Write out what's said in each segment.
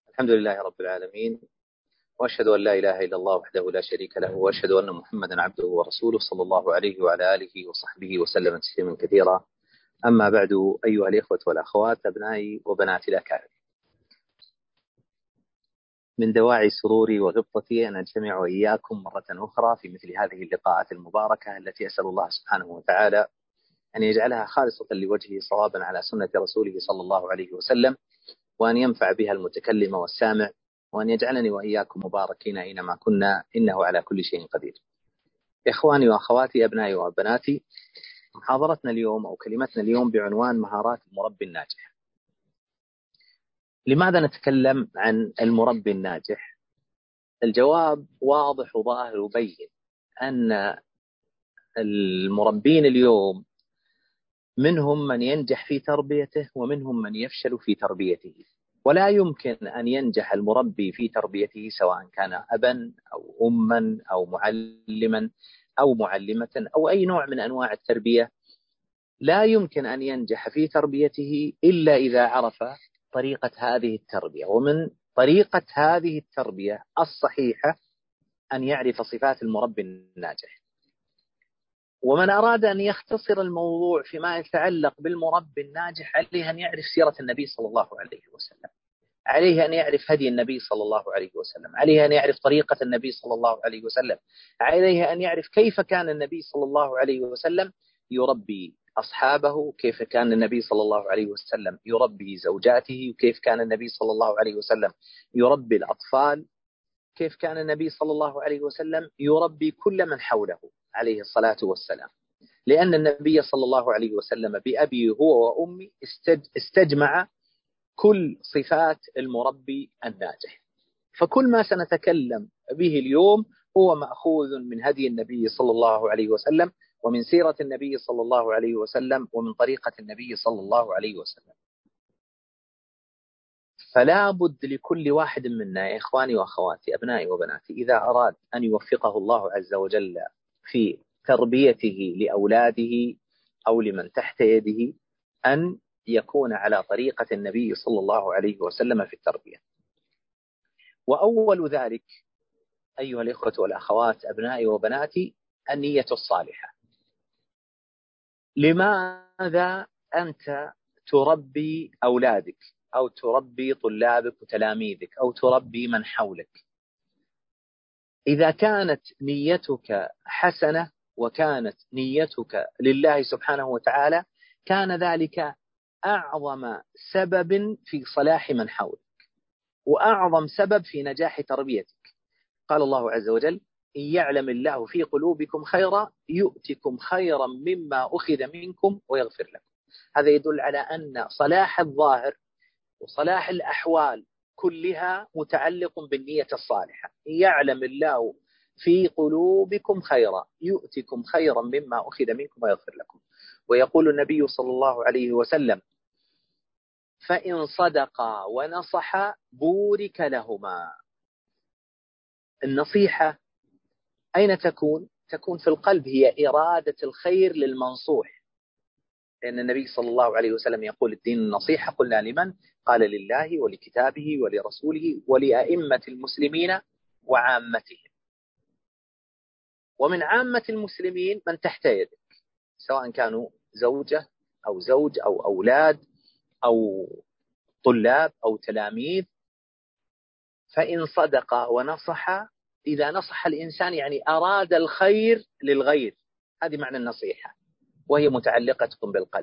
الحمد لله رب العالمين، وأشهد أن لا إله إلا الله وحده لا شريك له، وأشهد أن محمدا عبده ورسوله صلى الله عليه وعلى آله وصحبه وسلم تسليما كثيرا. أما بعد، أيها الإخوة والأخوات، أبنائي وبناتي الأكارم، من دواعي سروري وغبطتي أن أجتمع وإياكم مرة أخرى في مثل هذه اللقاءات المباركة التي أسأل الله سبحانه وتعالى أن يجعلها خالصة لوجهه صوابا على سنة رسوله صلى الله عليه وسلم، وأن ينفع بها المتكلم والسامع، وأن يجعلني وإياكم مباركين أينما كنا، إنه على كل شيء قدير. إخواني وأخواتي، أبنائي وبناتي، محاضرتنا اليوم أو كلمتنا اليوم بعنوان مهارات المربي الناجح. لماذا نتكلم عن المربي الناجح؟ الجواب واضح وظاهر وبين أن المربين اليوم منهم من ينجح في تربيته ومنهم من يفشل في تربيته، ولا يمكن أن ينجح المربي في تربيته سواء كان أبا أو أما أو معلما أو معلمة أو أي نوع من أنواع التربية. لا يمكن أن ينجح في تربيته إلا إذا عرف طريقة هذه التربية. ومن طريقة هذه التربية الصحيحة أن يعرف صفات المربي الناجح. ومن أراد أن يختصر الموضوع فيما يتعلق بالمربي الناجح، عليه أن يعرف سيرة النبي صلى الله عليه وسلم، عليه أن يعرف هدي النبي صلى الله عليه وسلم، عليه أن يعرف طريقة النبي صلى الله عليه وسلم، عليه أن يعرف كيف كان النبي صلى الله عليه وسلم يربي أصحابه، كيف كان النبي صلى الله عليه وسلم يربي زوجاته، وكيف كان النبي صلى الله عليه وسلم يربي الأطفال، كيف كان النبي صلى الله عليه وسلم يربي كل من حوله عليه الصلاة والسلام. لأن النبي صلى الله عليه وسلم بأبي هو وأمي استجمع كل صفات المربي الناجح. فكل ما سنتكلم به اليوم هو مأخوذ من هدي النبي صلى الله عليه وسلم، ومن سيرة النبي صلى الله عليه وسلم، ومن طريقة النبي صلى الله عليه وسلم. فلا بد لكل واحد منا يا إخواني وأخواتي، أبنائي وبناتي، إذا أراد أن يوفقه الله عز وجل في تربيته لأولاده أو لمن تحت يده، أن يكون على طريقة النبي صلى الله عليه وسلم في التربية. وأول ذلك أيها الإخوة والأخوات، أبنائي وبناتي، النية الصالحة. لماذا أنت تربي أولادك أو تربي طلابك وتلاميذك أو تربي من حولك؟ إذا كانت نيتك حسنة وكانت نيتك لله سبحانه وتعالى، كان ذلك أعظم سبب في صلاح من حولك وأعظم سبب في نجاح تربيتك. قال الله عز وجل: إن يعلم الله في قلوبكم خيرا يؤتكم خيرا مما أخذ منكم ويغفر لكم. هذا يدل على أن صلاح الظاهر وصلاح الأحوال كلها متعلق بالنية الصالحة. إن يعلم الله في قلوبكم خيرا يؤتكم خيرا مما أخذ منكم ويغفر لكم. ويقول النبي صلى الله عليه وسلم: فإن صدقا ونصحا بورك لهما. النصيحة أين تكون؟ تكون في القلب، هي إرادة الخير للمنصوح. لأن النبي صلى الله عليه وسلم يقول: الدين النصيحة. قلنا: لمن؟ قال: لله ولكتابه ولرسوله ولأئمة المسلمين وعامتهم. ومن عامة المسلمين من تحت يدك، سواء كانوا زوجة أو زوج أو أولاد أو طلاب أو تلاميذ. فإن صدق ونصح، إذا نصح الإنسان يعني أراد الخير للغير، هذه معنى النصيحة، وهي متعلقة بالقلب.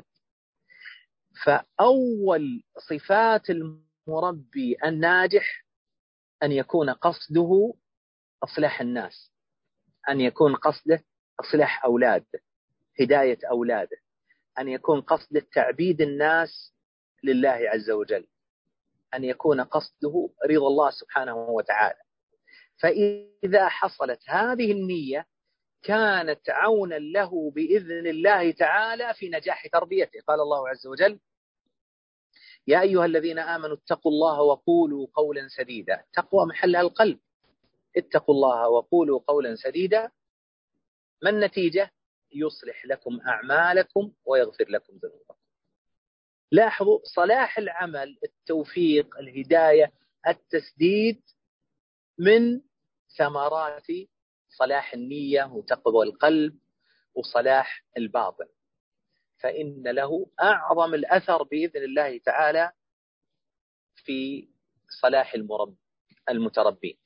فأول صفات المربي الناجح أن يكون قصده إصلاح الناس، أن يكون قصده إصلاح أولاده، هداية أولاده، أن يكون قصده تعبيد الناس لله عز وجل، أن يكون قصده رضا الله سبحانه وتعالى. فإذا حصلت هذه النية كانت عونا له بإذن الله تعالى في نجاح تربيته. قال الله عز وجل: يا أيها الذين آمنوا اتقوا الله وقولوا قولا سديدا. تقوى محلها القلب. اتقوا الله وقولوا قولا سديدا. ما النتيجة؟ يصلح لكم أعمالكم ويغفر لكم ذنوبكم. لاحظوا صلاح العمل، التوفيق، الهداية، التسديد من ثمرات صلاح النية وتقوى القلب وصلاح الباطن، فإن له أعظم الأثر بإذن الله تعالى في صلاح المتربين.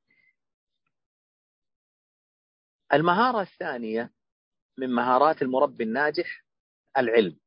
المهارة الثانية من مهارات المربي الناجح العلم.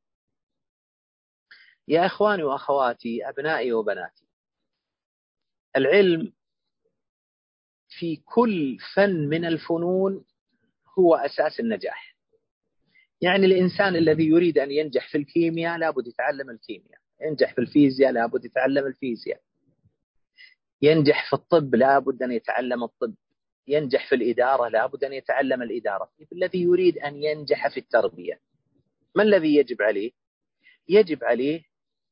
يا إخواني وأخواتي، أبنائي وبناتي، العلم في كل فن من الفنون هو أساس النجاح. يعني الإنسان الذي يريد أن ينجح في الكيمياء لابد يتعلم الكيمياء، ينجح في الفيزياء لابد يتعلم الفيزياء، ينجح في الطب لابد أن يتعلم الطب، ينجح في الإدارة لابد أن يتعلم الإدارة. الذي يريد أن ينجح في التربية ما الذي يجب عليه؟ يجب عليه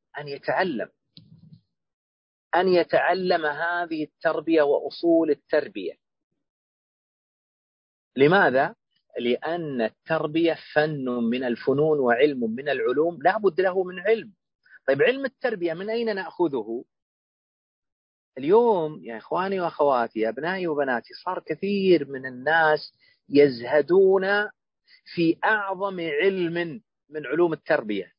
أن يتعلم هذه التربية وأصول التربية. لماذا؟ لأن التربية فن من الفنون وعلم من العلوم، لا بد له من علم. طيب علم التربية من أين نأخذه؟ اليوم يا إخواني وأخواتي، أبنائي وبناتي، صار كثير من الناس يزهدون في أعظم علم من علوم التربية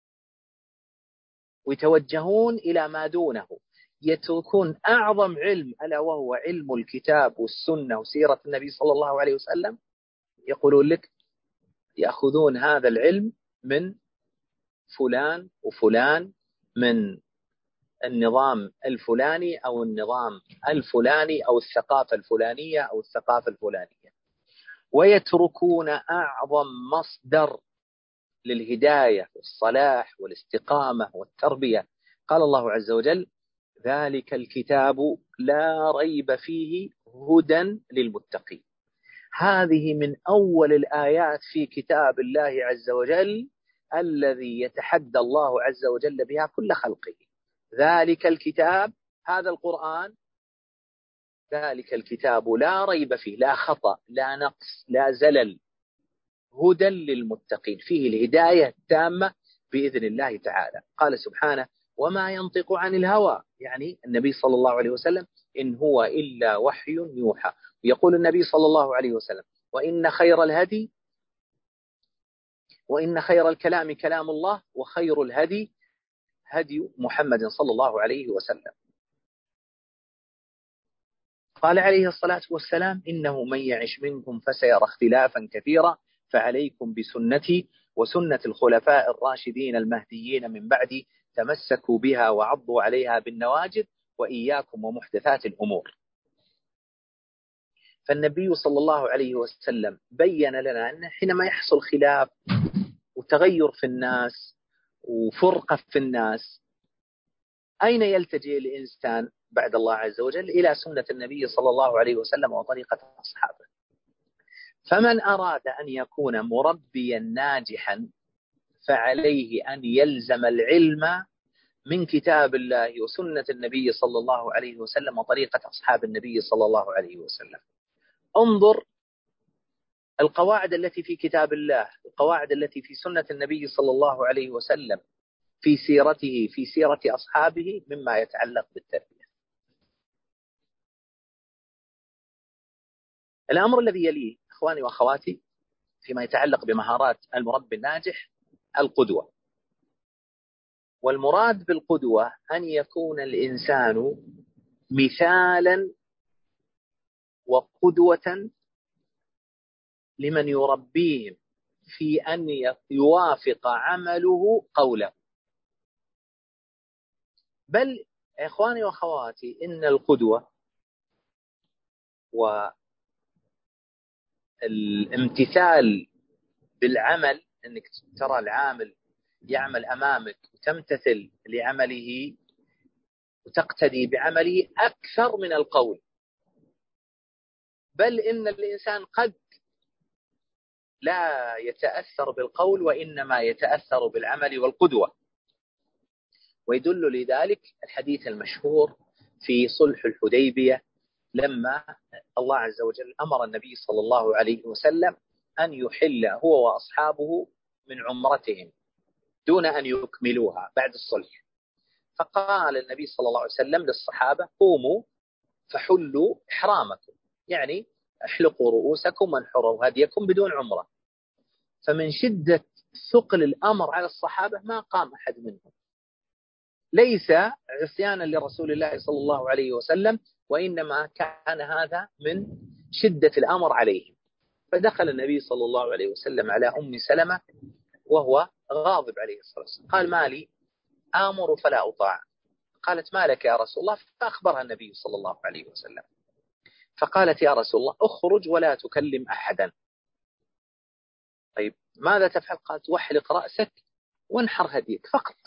ويتوجهون إلى ما دونه، يتركون أعظم علم ألا وهو علم الكتاب والسنة وسيرة النبي صلى الله عليه وسلم. يقولون لك يأخذون هذا العلم من فلان وفلان، من النظام الفلاني أو النظام الفلاني أو الثقافة الفلانية أو الثقافة الفلانية، ويتركون أعظم مصدر للهداية والصلاح والاستقامة والتربية. قال الله عز وجل: ذلك الكتاب لا ريب فيه هدى للمتقين. هذه من أول الآيات في كتاب الله عز وجل الذي يتحدى الله عز وجل بها كل خلقه. ذلك الكتاب، هذا القرآن، ذلك الكتاب لا ريب فيه، لا خطأ لا نقص لا زلل، هدى للمتقين، فيه الهداية التامة بإذن الله تعالى. قال سبحانه: وما ينطق عن الهوى، يعني النبي صلى الله عليه وسلم، إن هو إلا وحي يوحى. ويقول النبي صلى الله عليه وسلم: وإن خير الكلام كلام الله، وخير الهدي هدي محمد صلى الله عليه وسلم. قال عليه الصلاة والسلام: إنه من يعش منكم فسيرى اختلافا كثيرا، فعليكم بسنتي وسنة الخلفاء الراشدين المهديين من بعدي، تمسكوا بها وعضوا عليها بالنواجذ، وإياكم ومحدثات الأمور. فالنبي صلى الله عليه وسلم بين لنا أن حينما يحصل خلاف وتغير في الناس وفرقة في الناس، أين يلتجئ الإنسان بعد الله عز وجل؟ إلى سنة النبي صلى الله عليه وسلم وطريقة أصحابه. فمن أراد أن يكون مربيا ناجحا فعليه أن يلزم العلم من كتاب الله وسنة النبي صلى الله عليه وسلم وطريقة أصحاب النبي صلى الله عليه وسلم. انظر القواعد التي في كتاب الله، القواعد التي في سنة النبي صلى الله عليه وسلم، في سيرته، في سيرة أصحابه، مما يتعلق بالتربية. الأمر الذي يليه إخواني وأخواتي فيما يتعلق بمهارات المربي الناجح القدوة. والمراد بالقدوة أن يكون الإنسان مثالا وقدوة لمن يربيهم في أن يوافق عمله قوله. بل إخواني وأخواتي، إن القدوة والامتثال بالعمل، أنك ترى العامل يعمل أمامك وتمتثل لعمله وتقتدي بعمله أكثر من القول. بل إن الإنسان قد لا يتأثر بالقول وإنما يتأثر بالعمل والقدوة. ويدل لذلك الحديث المشهور في صلح الحديبية، لما الله عز وجل أمر النبي صلى الله عليه وسلم أن يحل هو وأصحابه من عمرتهم دون أن يكملوها بعد الصلح. فقال النبي صلى الله عليه وسلم للصحابة: قوموا فحلوا إحرامكم، يعني احلقوا رؤوسكم وانحروا هديكم بدون عمرة. فمن شدة ثقل الأمر على الصحابة ما قام أحد منهم، ليس عصيانا لرسول الله صلى الله عليه وسلم، وإنما كان هذا من شدة الأمر عليهم. فدخل النبي صلى الله عليه وسلم على أم سلمة وهو غاضب عليه الصلاة والسلام، قال: ما لي آمر فلا أطاع. قالت: ما لك يا رسول الله؟ فأخبرها النبي صلى الله عليه وسلم، فقالت: يا رسول الله اخرج ولا تكلم أحدا. طيب ماذا تفعل؟ قالت: واحلق رأسك وانحر هديك فقط.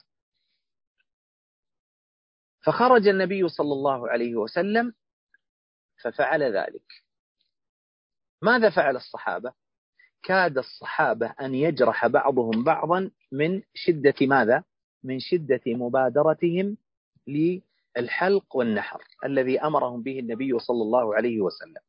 فخرج النبي صلى الله عليه وسلم ففعل ذلك. ماذا فعل الصحابة؟ كاد الصحابة أن يجرح بعضهم بعضا من شدة ماذا؟ من شدة مبادرتهم للحلق والنحر الذي أمرهم به النبي صلى الله عليه وسلم.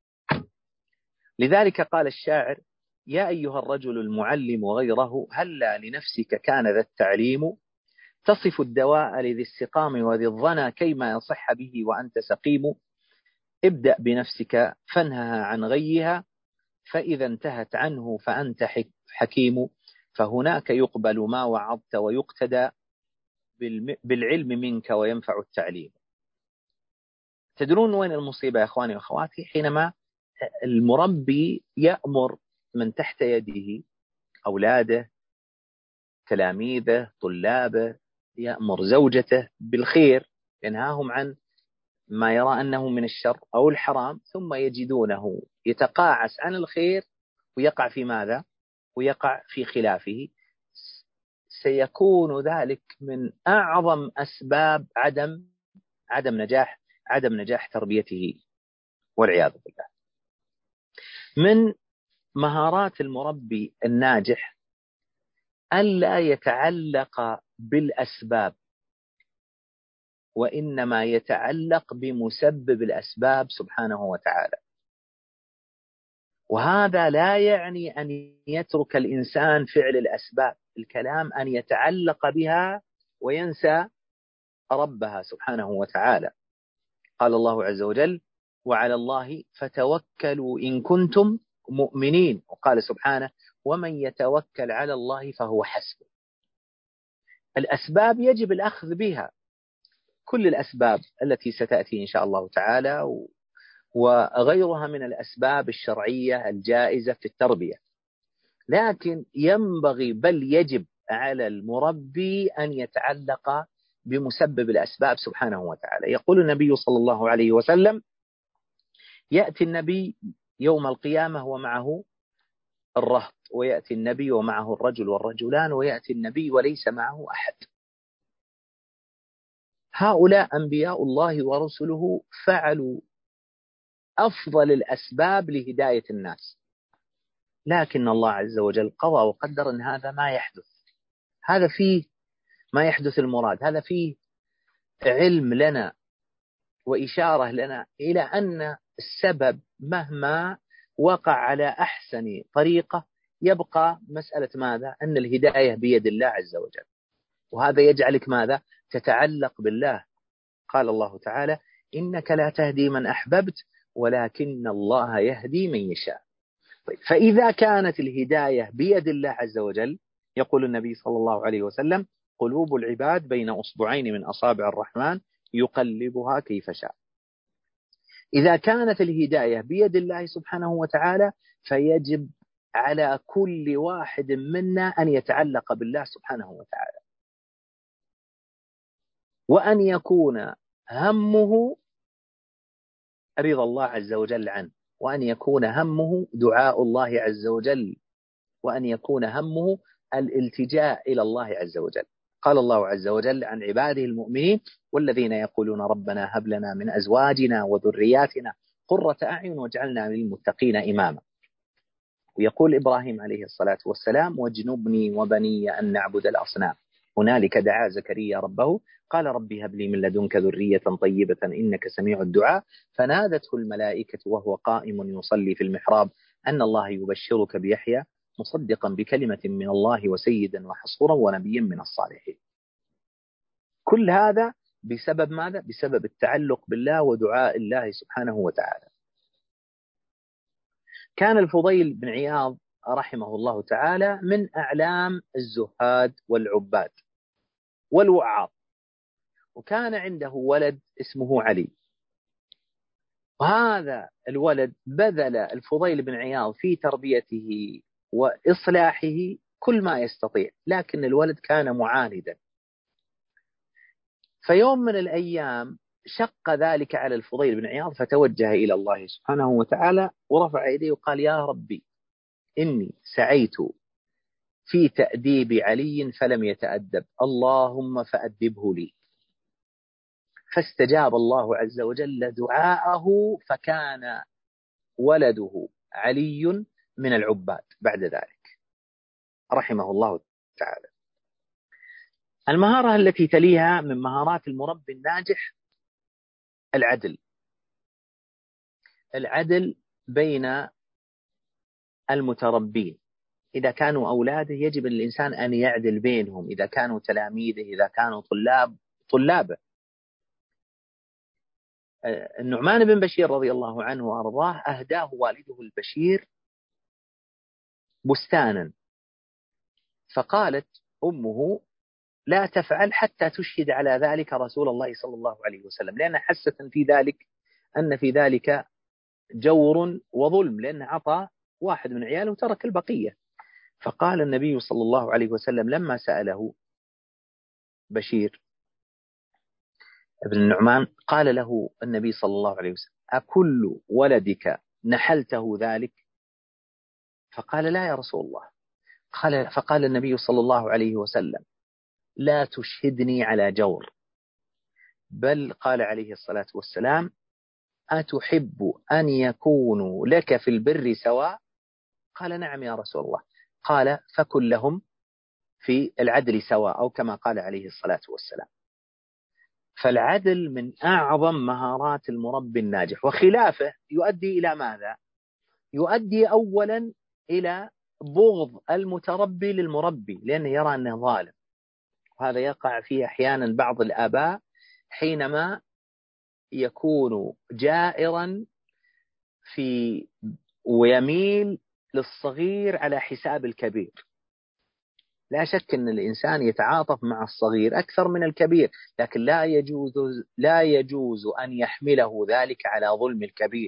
لذلك قال الشاعر: يا أيها الرجل المعلم غيره هلا لنفسك كان ذا التعليم، تصف الدواء لذي السقام وذي الظنا كيما يصح به وأنت سقيم، ابدأ بنفسك فانهها عن غيها، فإذا انتهت عنه فأنت حكيم، فهناك يقبل ما وعظت ويقتدى بالعلم منك وينفع التعليم. تدرون وين المصيبة يا أخواني وأخواتي؟ حينما المربي يأمر من تحت يده، أولاده، تلاميذه، طلابه، يأمر زوجته بالخير، ينهاهم عن ما يرى أنه من الشر أو الحرام، ثم يجدونه يتقاعس عن الخير ويقع في ماذا؟ ويقع في خلافه. سيكون ذلك من أعظم أسباب عدم نجاح تربيته والعياذ بالله. من مهارات المربي الناجح ألا يتعلق بالأسباب، وإنما يتعلق بمسبب الأسباب سبحانه وتعالى. وهذا لا يعني أن يترك الإنسان فعل الأسباب، الكلام أن يتعلق بها وينسى ربها سبحانه وتعالى. قال الله عز وجل: وعلى الله فتوكلوا إن كنتم مؤمنين. وقال سبحانه: ومن يتوكل على الله فهو حسبه. الأسباب يجب الأخذ بها، كل الأسباب التي ستأتي إن شاء الله تعالى، وغيرها من الأسباب الشرعية الجائزة في التربية. لكن ينبغي بل يجب على المربي أن يتعلق بمسبب الأسباب سبحانه وتعالى. يقول النبي صلى الله عليه وسلم: يأتي النبي يوم القيامة ومعه الرهط، ويأتي النبي ومعه الرجل والرجلان، ويأتي النبي وليس معه أحد. هؤلاء أنبياء الله ورسله فعلوا أفضل الأسباب لهداية الناس، لكن الله عز وجل قضى وقدر أن هذا ما يحدث. هذا فيه ما يحدث المراد، هذا فيه علم لنا وإشارة لنا إلى أن السبب مهما وقع على أحسن طريقة يبقى مسألة ماذا؟ أن الهداية بيد الله عز وجل، وهذا يجعلك ماذا؟ تتعلق بالله. قال الله تعالى: إنك لا تهدي من أحببت ولكن الله يهدي من يشاء. طيب، فإذا كانت الهداية بيد الله عز وجل، يقول النبي صلى الله عليه وسلم: قلوب العباد بين أصبعين من أصابع الرحمن يقلبها كيف شاء. إذا كانت الهداية بيد الله سبحانه وتعالى فيجب على كل واحد منا أن يتعلق بالله سبحانه وتعالى، وأن يكون همه رضا الله عز وجل عنه، وأن يكون همه دعاء الله عز وجل، وأن يكون همه الالتجاء إلى الله عز وجل. قال الله عز وجل عن عباده المؤمنين: والذين يقولون ربنا هب لنا من أزواجنا وذرياتنا قرة أعين واجعلنا للمتقين إماما. ويقول إبراهيم عليه الصلاة والسلام: واجنبني وبني أن نعبد الأصنام. هنالك دعا زكريا ربه قال: ربي هب لي من لدنك ذرية طيبة إنك سميع الدعاء. فنادته الملائكة وهو قائم يصلي في المحراب أن الله يبشرك بيحيى مصدقا بكلمة من الله وسيدا وحصورا ونبيا من الصالحين. كل هذا بسبب ماذا؟ بسبب التعلق بالله ودعاء الله سبحانه وتعالى. كان الفضيل بن عياض رحمه الله تعالى من أعلام الزهاد والعباد والوعاظ، وكان عنده ولد اسمه علي، وهذا الولد بذل الفضيل بن عياض في تربيته وإصلاحه كل ما يستطيع، لكن الولد كان معاندا. فيوم من الأيام شق ذلك على الفضيل بن عياض، فتوجه إلى الله سبحانه وتعالى ورفع يديه وقال: يا ربي، إني سعيت في تأديب علي فلم يتأدب، اللهم فأدبه لي. فاستجاب الله عز وجل دعاءه، فكان ولده علي من العباد بعد ذلك رحمه الله تعالى. المهارة التي تليها من مهارات المربي الناجح العدل. العدل بين المتربين، إذا كانوا أولاده يجب الإنسان أن يعدل بينهم، إذا كانوا تلاميذه، إذا كانوا طلابه. النعمان بن بشير رضي الله عنه وأرضاه أهداه والده البشير بستانا، فقالت أمه: لا تفعل حتى تشهد على ذلك رسول الله صلى الله عليه وسلم، لأن حست في ذلك أن في ذلك جور وظلم، لأن عطى واحد من عياله وترك البقية. فقال النبي صلى الله عليه وسلم لما سأله بشير ابن النعمان، قال له النبي صلى الله عليه وسلم: أكل ولدك نحلته ذلك؟ فقال: لا يا رسول الله. فقال النبي صلى الله عليه وسلم: لا تشهدني على جور، بل قال عليه الصلاة والسلام: أتحب أن يكونوا لك في البر سواء؟ قال: نعم يا رسول الله. قال: فكن لهم في العدل سواء، أو كما قال عليه الصلاة والسلام. فالعدل من أعظم مهارات المربي الناجح، وخلافه يؤدي إلى ماذا؟ يؤدي أولا إلى بغض المتربي للمربي، لأنه يرى أنه ظالم. وهذا يقع فيه أحيانا بعض الآباء حينما يكون جائرا في ويميل للصغير على حساب الكبير. لا شك أن الإنسان يتعاطف مع الصغير أكثر من الكبير، لكن لا يجوز أن يحمله ذلك على ظلم الكبير.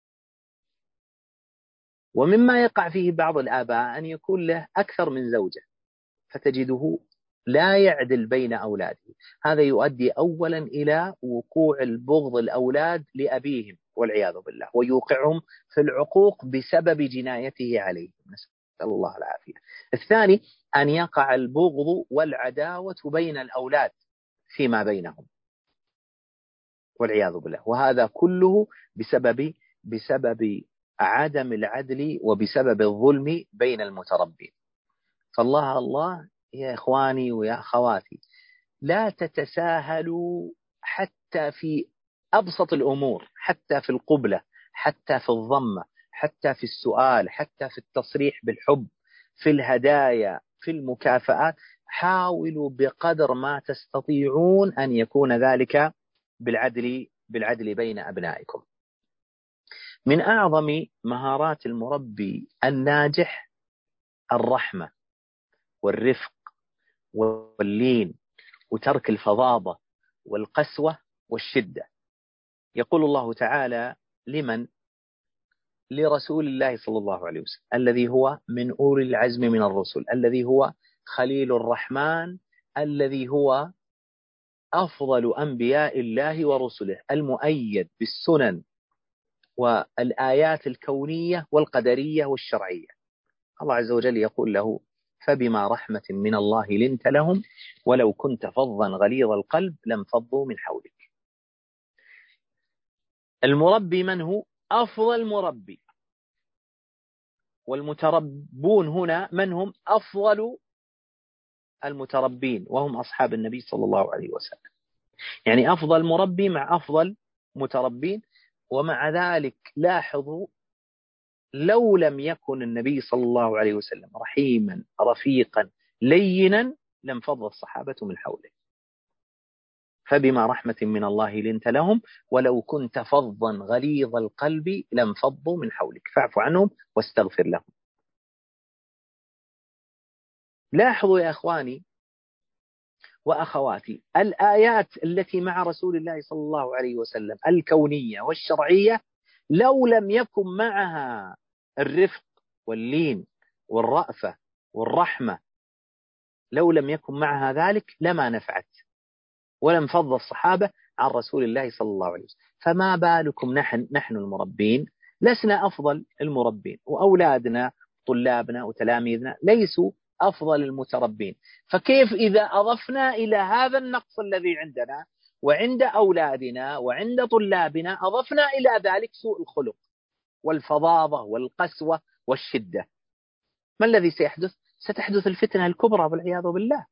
ومما يقع فيه بعض الآباء أن يكون له أكثر من زوجة، فتجده لا يعدل بين أولاده. هذا يؤدي أولا إلى وقوع البغض الأولاد لأبيهم والعياذ بالله، ويوقعهم في العقوق بسبب جنايته عليه، نسأل الله العافية. الثاني أن يقع البغض والعداوة بين الأولاد فيما بينهم والعياذ بالله، وهذا كله بسبب عدم العدل وبسبب الظلم بين المتربين. فالله يا إخواني ويا أخواتي، لا تتساهلوا حتى في أبسط الأمور، حتى في القبلة، حتى في الضمة، حتى في السؤال، حتى في التصريح بالحب، في الهدايا، في المكافآت. حاولوا بقدر ما تستطيعون أن يكون ذلك بالعدل بين أبنائكم. من أعظم مهارات المربي الناجح الرحمة والرفق واللين وترك الفظاظة والقسوة والشدة. يقول الله تعالى لرسول الله صلى الله عليه وسلم الذي هو من أولي العزم من الرسل، الذي هو خليل الرحمن، الذي هو أفضل أنبياء الله ورسله، المؤيد بالسنن والآيات الكونية والقدرية والشرعية. الله عز وجل يقول له: فبما رحمة من الله لنت لهم ولو كنت فظا غليظ القلب لانفضوا من حولك. المربي من هو؟ أفضل مربي. والمتربون هنا من هم؟ أفضل المتربين، وهم أصحاب النبي صلى الله عليه وسلم. يعني أفضل مربي مع أفضل متربين. ومع ذلك لاحظوا، لو لم يكن النبي صلى الله عليه وسلم رحيما رفيقا لينا لانفض الصحابة من حوله. فبما رحمة من الله لنت لهم ولو كنت فظا غليظ القلب لانفضوا من حولك فاعف عنهم واستغفر لهم. لاحظوا يا أخواني وأخواتي الآيات التي مع رسول الله صلى الله عليه وسلم الكونية والشرعية لو لم يكن معها الرفق واللين والرأفة والرحمة، لو لم يكن معها ذلك لما نفعت ولم فض الصحابة عن رسول الله صلى الله عليه وسلم. فما بالكم نحن المربين لسنا أفضل المربين، وأولادنا طلابنا وتلاميذنا ليسوا أفضل المتربين. فكيف إذا أضفنا إلى هذا النقص الذي عندنا وعند أولادنا وعند طلابنا أضفنا إلى ذلك سوء الخلق والفظاظة والقسوة والشدة، ما الذي سيحدث؟ ستحدث الفتنة الكبرى والعياذ بالله.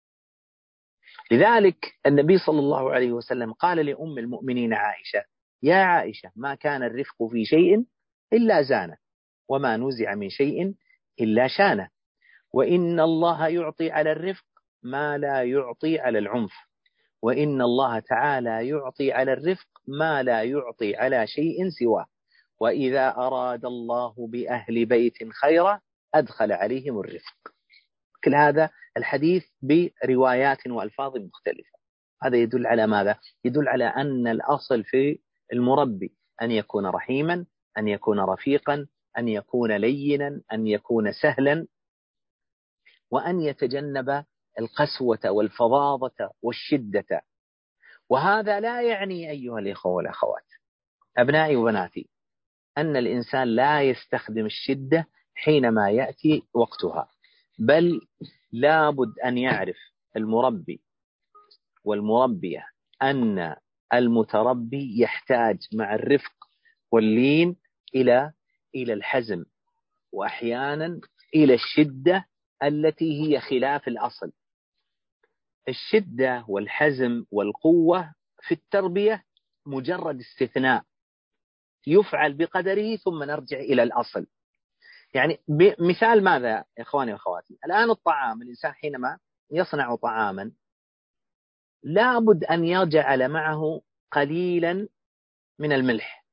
لذلك النبي صلى الله عليه وسلم قال لأم المؤمنين عائشة: يا عائشة ما كان الرفق في شيء إلا زانه وما نزع من شيء إلا شانه، وإن الله يعطي على الرفق ما لا يعطي على العنف، وإن الله تعالى يعطي على الرفق ما لا يعطي على شيء سواه، وإذا أراد الله بأهل بيت خيرا أدخل عليهم الرفق. كل هذا الحديث بروايات وألفاظ مختلفة. هذا يدل على ماذا؟ يدل على أن الأصل في المربي أن يكون رحيما، أن يكون رفيقا، أن يكون لينا، أن يكون سهلا، وأن يتجنب القسوة والفظاظة والشدة. وهذا لا يعني أيها الإخوة والأخوات أبنائي وبناتي أن الإنسان لا يستخدم الشدة حينما يأتي وقتها، بل لابد أن يعرف المربي والمربية أن المتربي يحتاج مع الرفق واللين إلى الحزم، وأحيانا إلى الشدة التي هي خلاف الأصل. الشدة والحزم والقوة في التربية مجرد استثناء يفعل بقدره ثم نرجع إلى الأصل. يعني مثال ماذا يا إخواني وأخواتي؟ الآن الطعام، الإنسان حينما يصنع طعاما لابد أن يجعل معه قليلا من الملح.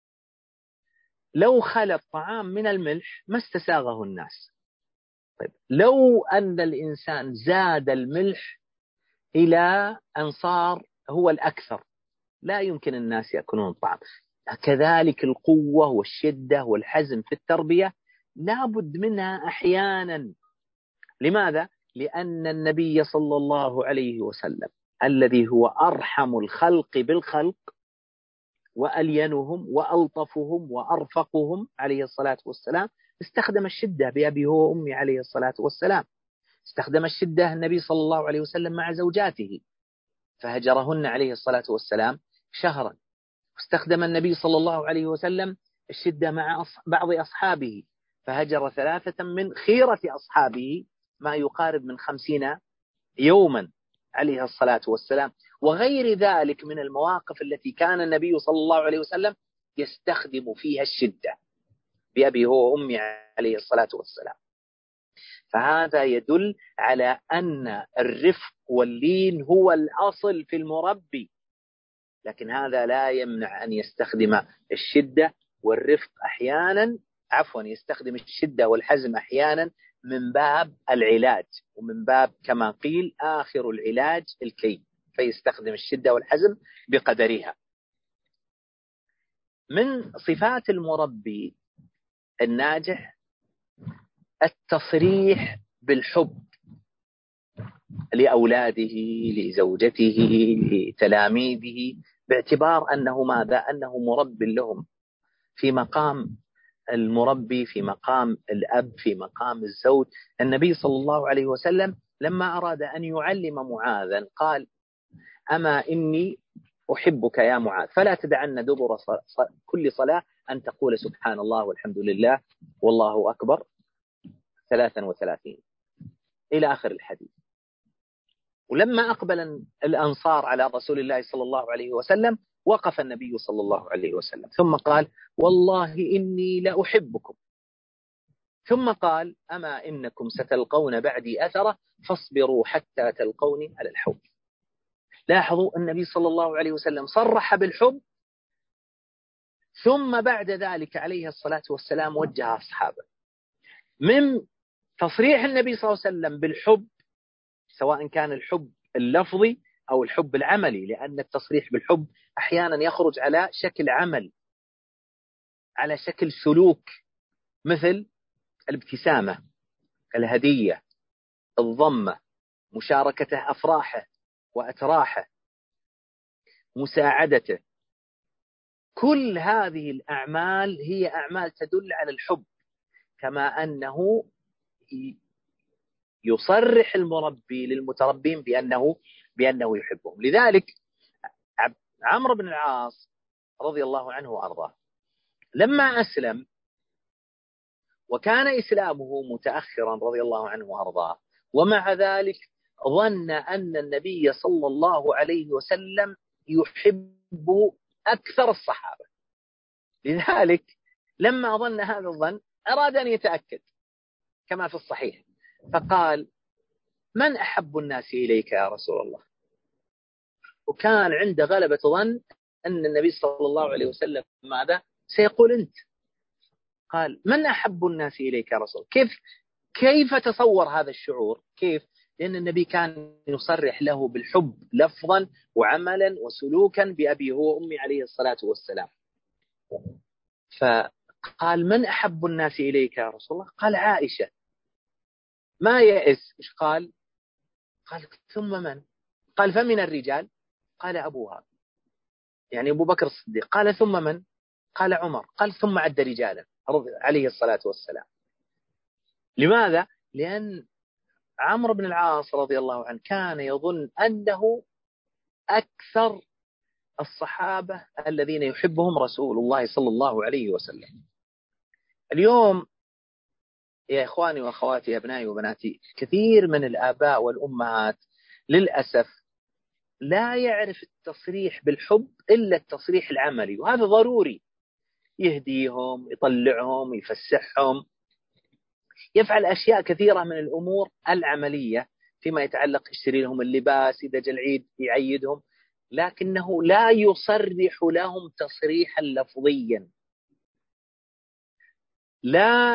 لو خلى الطعام من الملح ما استساغه الناس. طيب لو أن الإنسان زاد الملح إلى أن صار هو الأكثر لا يمكن الناس يأكلون الطعام. كذلك القوة والشدة والحزم في التربية لابد منها أحيانا. لماذا؟ لأن النبي صلى الله عليه وسلم الذي هو أرحم الخلق بالخلق وألينهم وألطفهم وأرفقهم عليه الصلاة والسلام استخدم الشدة بأبي هو وأمي عليه الصلاة والسلام. استخدم الشدة النبي صلى الله عليه وسلم مع زوجاته فهجرهن عليه الصلاة والسلام شهرا. استخدم النبي صلى الله عليه وسلم الشدة مع بعض أصحابه فهجر 3 من خيرة أصحابه ما يقارب من 50 يوما عليه الصلاة والسلام. وغير ذلك من المواقف التي كان النبي صلى الله عليه وسلم يستخدم فيها الشدة بأبي هو وأمي عليه الصلاة والسلام. فهذا يدل على أن الرفق واللين هو الأصل في المربي، لكن هذا لا يمنع أن يستخدم الشدة والرفق أحيانا، يستخدم الشدة والحزم أحيانا من باب العلاج، ومن باب كما قيل آخر العلاج الكي، فيستخدم الشدة والحزم بقدرها. من صفات المربي الناجح التصريح بالحب لأولاده لزوجته لتلاميذه، باعتبار أنه ماذا؟ أنه مرب لهم في مقام المربي، في مقام الأب، في مقام الزوج. النبي صلى الله عليه وسلم لما أراد أن يعلم معاذا قال: أما إني أحبك يا معاذ فلا تدعن دبر كل صلاة أن تقول سبحان الله والحمد لله والله أكبر 33 إلى آخر الحديث. ولما أقبل الأنصار على رسول الله صلى الله عليه وسلم وقف النبي صلى الله عليه وسلم ثم قال: والله إني لأحبكم. ثم قال: أما إنكم ستلقون بعدي أثرة فاصبروا حتى تلقوني على الحوض. لاحظوا النبي صلى الله عليه وسلم صرح بالحب، ثم بعد ذلك عليه الصلاة والسلام وجه أصحابه. من تصريح النبي صلى الله عليه وسلم بالحب، سواء كان الحب اللفظي أو الحب العملي، لأن التصريح بالحب أحيانا يخرج على شكل عمل، على شكل سلوك، مثل الابتسامة، الهدية، الضمة، مشاركته أفراحه وأتراحه، مساعدته. كل هذه الأعمال هي أعمال تدل على الحب، كما أنه يصرح المربي للمتربين بأنه يحبهم. لذلك عمرو بن العاص رضي الله عنه وأرضاه لما أسلم، وكان إسلامه متأخرا رضي الله عنه وأرضاه، ومع ذلك ظن أن النبي صلى الله عليه وسلم يحب أكثر الصحابة. لذلك لما ظن هذا الظن أراد أن يتأكد كما في الصحيح، فقال: من أحب الناس إليك يا رسول الله؟ وكان عنده غلبة ظن أن النبي صلى الله عليه وسلم ماذا سيقول؟ أنت. قال: من أحب الناس إليك يا رسول الله؟ كيف تصور هذا الشعور؟ كيف؟ لأن النبي كان يصرح له بالحب لفظا وعملا وسلوكا بأبي هو وأمي عليه الصلاة والسلام. فقال: من أحب الناس إليك يا رسول الله؟ قال: عائشة. ما يأس. إيش قال؟ قال: ثم من؟ قال: فمن الرجال؟ قال: أبوها، يعني أبو بكر الصديق. قال: ثم من؟ قال: عمر. قال: ثم عد رجالا عليه الصلاة والسلام. لماذا؟ لأن عمرو بن العاص رضي الله عنه كان يظن أنه أكثر الصحابة الذين يحبهم رسول الله صلى الله عليه وسلم. اليوم يا إخواني وأخواتي، أبنائي وبناتي، كثير من الآباء والأمهات للأسف لا يعرف التصريح بالحب إلا التصريح العملي، وهذا ضروري. يهديهم، يطلعهم، يفسحهم، يفعل أشياء كثيرة من الأمور العملية فيما يتعلق، يشتري لهم اللباس، إذا جاء العيد يعيدهم، لكنه لا يصرح لهم تصريحا لفظيا، لا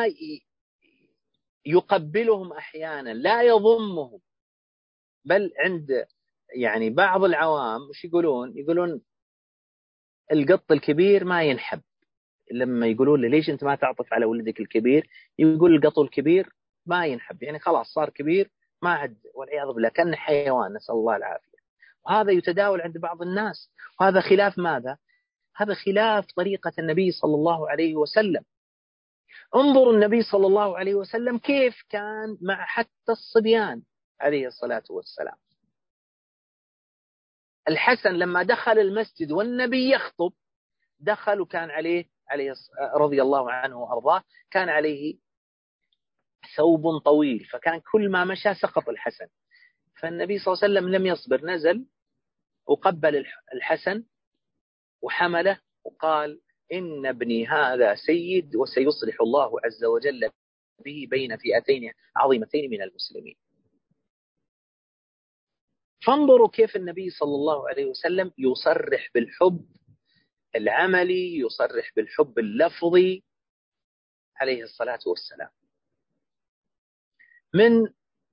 يقبلهم أحيانا، لا يضمهم. بل عند يعني بعض العوام وش يقولون القط الكبير ما ينحب. لما يقولون له: ليش أنت ما تعطف على ولدك الكبير؟ يقول: القط الكبير ما ينحب، يعني خلاص صار كبير، ما عد، والعياذ بالله كأنه حيوان، نسأل الله العافية. وهذا يتداول عند بعض الناس، وهذا خلاف ماذا؟ هذا خلاف طريقة النبي صلى الله عليه وسلم. انظروا النبي صلى الله عليه وسلم كيف كان مع حتى الصبيان عليه الصلاة والسلام. الحسن لما دخل المسجد والنبي يخطب، دخل وكان عليه رضي الله عنه وأرضاه كان عليه ثوب طويل، فكان كل ما مشى سقط الحسن. فالنبي صلى الله عليه وسلم لم يصبر، نزل وقبل الحسن وحمله وقال: إن ابني هذا سيد، وسيصلح الله عز وجل به بين فئتين عظيمتين من المسلمين. فانظروا كيف النبي صلى الله عليه وسلم يصرح بالحب العملي، يصرح بالحب اللفظي عليه الصلاة والسلام. من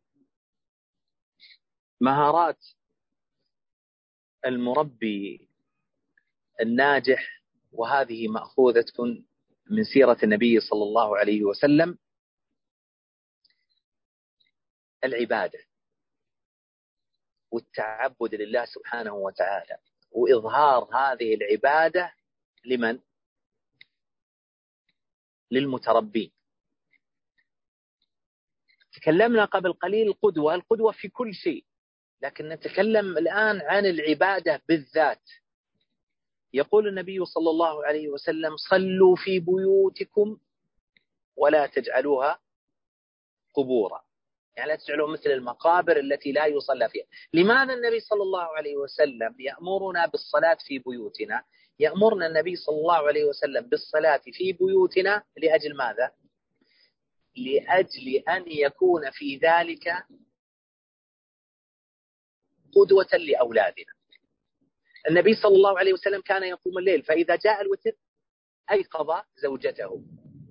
مهارات المربي الناجح، وهذه مأخوذة من سيرة النبي صلى الله عليه وسلم، العبادة والتعبد لله سبحانه وتعالى، وإظهار هذه العبادة لمن؟ للمتربين. تكلمنا قبل قليل القدوة في كل شيء، لكن نتكلم الآن عن العبادة بالذات. يقول النبي صلى الله عليه وسلم: صلوا في بيوتكم ولا تجعلوها قبورا، يعني لا تجعلوها مثل المقابر التي لا يصلى فيها. لماذا النبي صلى الله عليه وسلم يأمرنا بالصلاة في بيوتنا؟ يأمرنا النبي صلى الله عليه وسلم بالصلاة في بيوتنا لأجل ماذا؟ لأجل أن يكون في ذلك قدوة لأولادنا. النبي صلى الله عليه وسلم كان يقوم الليل، فإذا جاء الوتر أيقظ زوجته.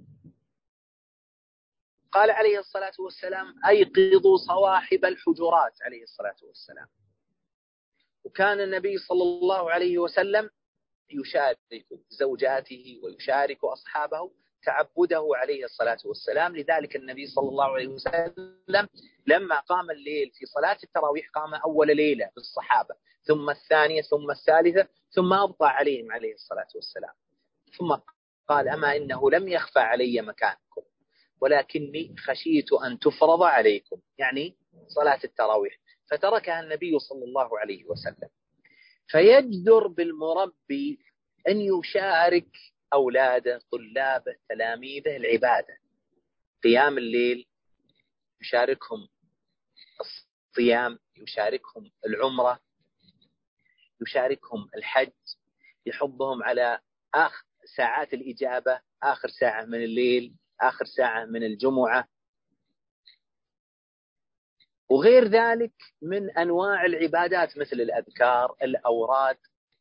قال عليه الصلاة والسلام: أيقظوا صواحب الحجرات عليه الصلاة والسلام. وكان النبي صلى الله عليه وسلم يشارك زوجاته ويشارك أصحابه تعبده عليه الصلاة والسلام. لذلك النبي صلى الله عليه وسلم لما قام الليل في صلاة التراويح قام أول ليلة بالصحابة، ثم الثانية، ثم الثالثة، ثم أبقى عليهم عليه الصلاة والسلام. ثم قال: أما إنه لم يخفى علي مكانكم ولكني خشيت أن تفرض عليكم، يعني صلاة التراويح، فتركها النبي صلى الله عليه وسلم. فيجدر بالمربي أن يشارك أولاده، طلابه، تلاميذه العبادة، قيام الليل، يشاركهم الصيام، يشاركهم العمرة، يشاركهم الحج، يحضهم على آخر ساعات الإجابة، آخر ساعة من الليل، آخر ساعة من الجمعة، وغير ذلك من أنواع العبادات مثل الأذكار، الأوراد.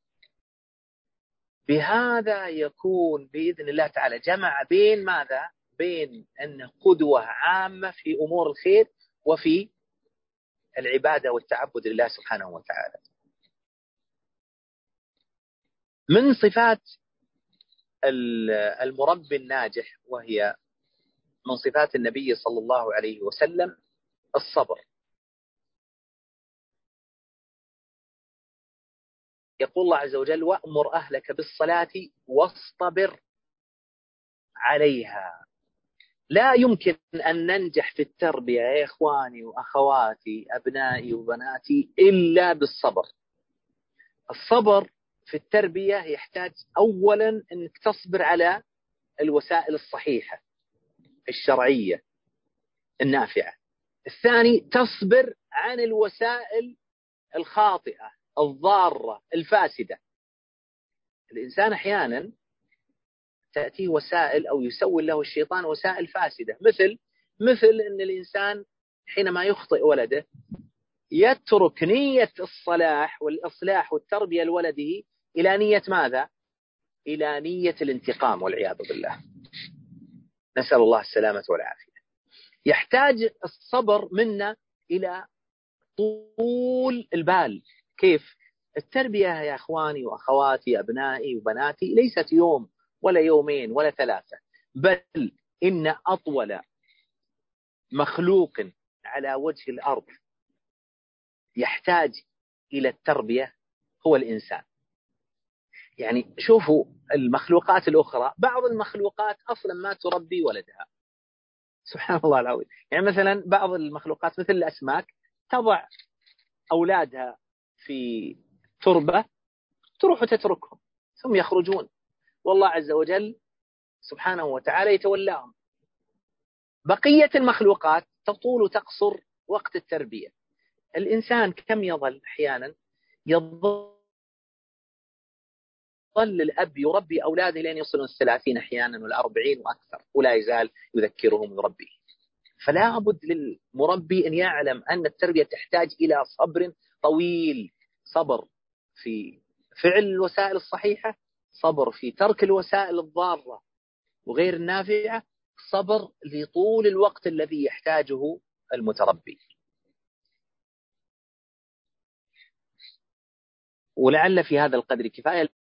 بهذا يكون بإذن الله تعالى جمع بين ماذا؟ بين أنه قدوة عامة في أمور الخير وفي العبادة والتعبد لله سبحانه وتعالى. من صفات المربي الناجح، وهي من صفات النبي صلى الله عليه وسلم، الصبر. يقول الله عز وجل: وأمر أهلك بالصلاة واصطبر عليها. لا يمكن أن ننجح في التربية يا إخواني وأخواتي، أبنائي وبناتي، إلا بالصبر. الصبر في التربية يحتاج أولا أنك تصبر على الوسائل الصحيحة الشرعية النافعة. الثاني تصبر عن الوسائل الخاطئة الضارة الفاسدة. الإنسان أحيانا تأتيه وسائل أو يسوي له الشيطان وسائل فاسدة، مثل أن الإنسان حينما يخطئ ولده يترك نية الصلاح والإصلاح والتربية لولده إلى نية ماذا؟ إلى نية الانتقام والعياذ بالله. نسأل الله السلامة والعافية. يحتاج الصبر منا إلى طول البال. كيف؟ التربية يا أخواني وأخواتي، أبنائي وبناتي، ليست يوم ولا يومين ولا ثلاثة، بل إن أطول مخلوق على وجه الأرض يحتاج إلى التربية هو الإنسان. يعني شوفوا المخلوقات الأخرى، بعض المخلوقات أصلا ما تربي ولدها، سبحان الله العظيم. يعني مثلا بعض المخلوقات مثل الأسماك تضع أولادها في تربة، تروح وتتركهم ثم يخرجون، والله عز وجل سبحانه وتعالى يتولاهم. بقية المخلوقات تطول وتقصر وقت التربية. الإنسان كم يظل أحيانا يظل الأب يربي أولاده لين يصلون 30 أحيانا وال40 وأكثر، ولا يزال يذكرهم ويربيه. فلا بد للمربي أن يعلم أن التربية تحتاج إلى صبر طويل، صبر في فعل الوسائل الصحيحة، صبر في ترك الوسائل الضارة وغير النافعة، صبر لطول الوقت الذي يحتاجه المتربي. ولعل في هذا القدر كفاية.